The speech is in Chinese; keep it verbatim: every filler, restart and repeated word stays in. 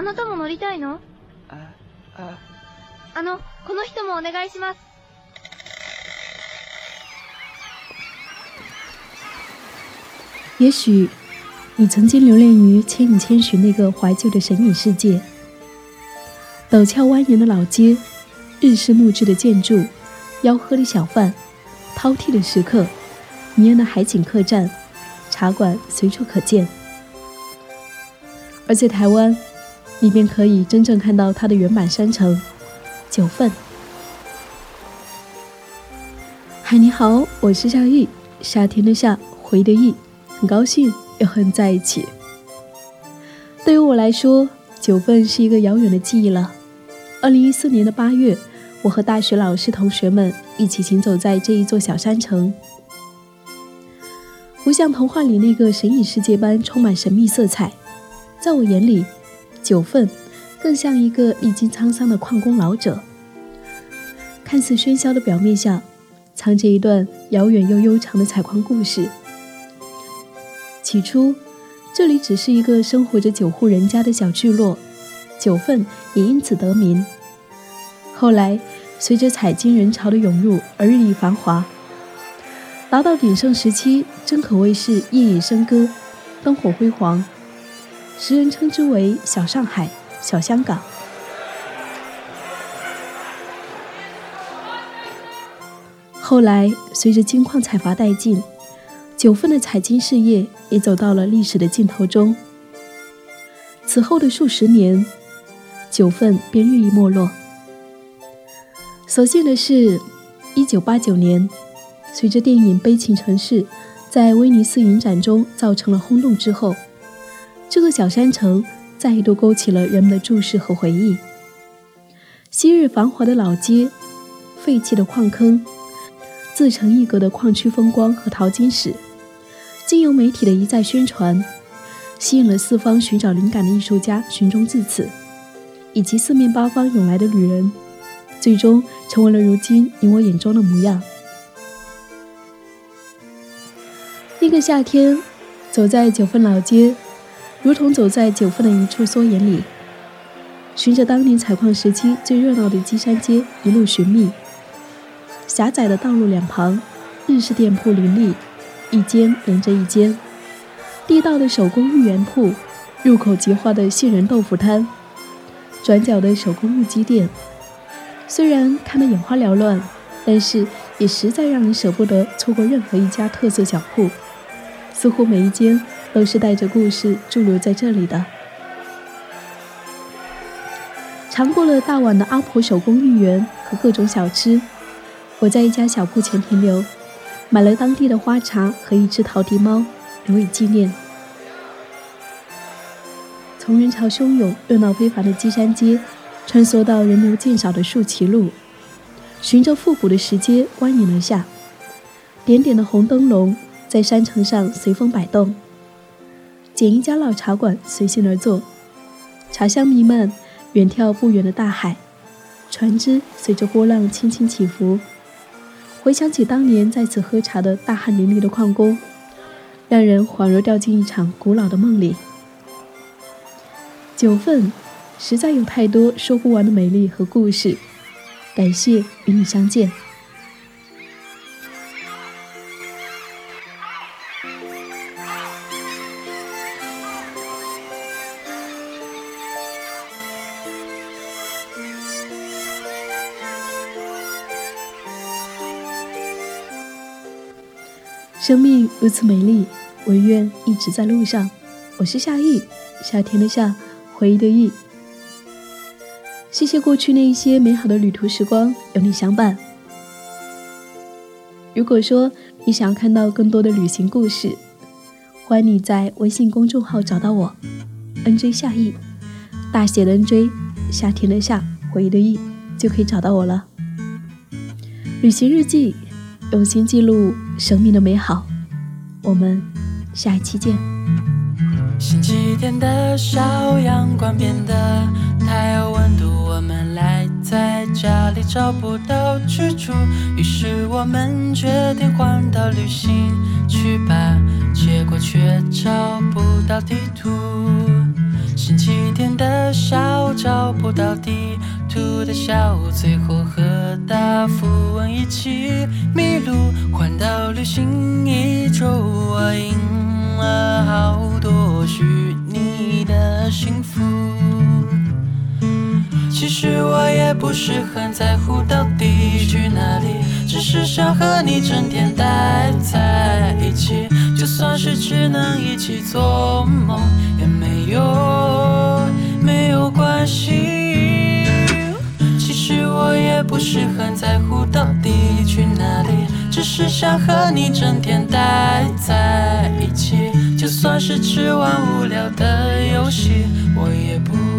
あなたも乗りたいの？ あ、あ、 あの、この人もお願いします。 也许你曾经留恋于千与千寻那个怀旧的神隐世界，陡峭蜿蜒的老街，日式木质的建筑，吆喝的小贩，饕餮的食客，迷人的海景客栈，茶馆随处可见。而在台湾，你便可以真正看到它的原版山城九份。嗨，你好，我是夏玉，夏天的夏，回的忆，很高兴又和你在一起。对于我来说，九份是一个遥远的记忆了。二零一四年的八月，我和大学老师同学们一起行走在这一座小山城，不像童话里那个神隐世界般充满神秘色彩，在我眼里，九份更像一个历经沧桑的矿工老者。看似喧嚣的表面下，藏着一段遥远又悠长的采矿故事。起初，这里只是一个生活着九户人家的小聚落，九份也因此得名。后来，随着采金人潮的涌入而日益繁华，达到鼎盛时期，真可谓是夜夜笙歌，灯火辉煌，时人称之为小上海、小香港。后来，随着金矿采伐殆尽，九份的采金事业也走到了历史的尽头中。此后的数十年，九份便日益没落。所幸的是，一九八九年，随着电影《悲情城市》在威尼斯影展中造成了轰动之后，这个小山城再一度勾起了人们的注视和回忆。昔日繁华的老街，废弃的矿坑，自成一格的矿区风光和淘金史，经由媒体的一再宣传，吸引了四方寻找灵感的艺术家寻踪至此，以及四面八方涌来的旅人，最终成为了如今你我眼中的模样。那个夏天，走在九份老街，如同走在九份的一处缩眼里，循着当年采矿时期最热闹的基山街一路寻觅。狭窄的道路两旁，日式店铺林立，一间连着一间，地道的手工芋圆铺，入口即化的杏仁豆腐摊，转角的手工木屐店，虽然看得眼花缭乱，但是也实在让人舍不得错过任何一家特色小铺，似乎每一间都是带着故事驻留在这里的。尝过了大碗的阿婆手工芋圆和各种小吃，我在一家小铺前停留，买了当地的花茶和一只陶笛猫，留以纪念。从人潮汹涌、热闹非凡的基山街，穿梭到人流渐少的树旗路，循着复古的石阶蜿蜒而下，点点的红灯笼在山城上随风摆动。捡一家老茶馆随性而坐，茶香弥漫，远眺不远的大海，船只随着波浪轻轻起伏。回想起当年在此喝茶的大汗淋漓的矿工，让人恍若掉进一场古老的梦里。九份实在有太多说不完的美丽和故事，感谢与你相见。生命如此美丽，唯愿一直在路上。我是夏意，夏天的夏，回忆的忆。谢谢过去那一些美好的旅途时光，有你相伴。如果说你想要看到更多的旅行故事，欢迎你在微信公众号找到我 N J 夏意，大写的 N J， 夏天的夏，回忆的忆，就可以找到我了。旅行日记，用心记录生命的美好，我们下一期见。 星期天的小阳光变得太有温度，我们赖在家里找不到去处，于是我们决定环岛旅行去吧，结果却找不到地图。星期天的小不到地图的小最后和大富翁一起迷路，环岛旅行一周，我赢了好多虚拟的幸福。其实我也不是很在乎到底去哪里，只是想和你整天待在一起，就算是只能一起做梦也没有没有关系。其实我也不是很在乎到底去哪里，只是想和你整天待在一起，就算是只玩无聊的游戏我也不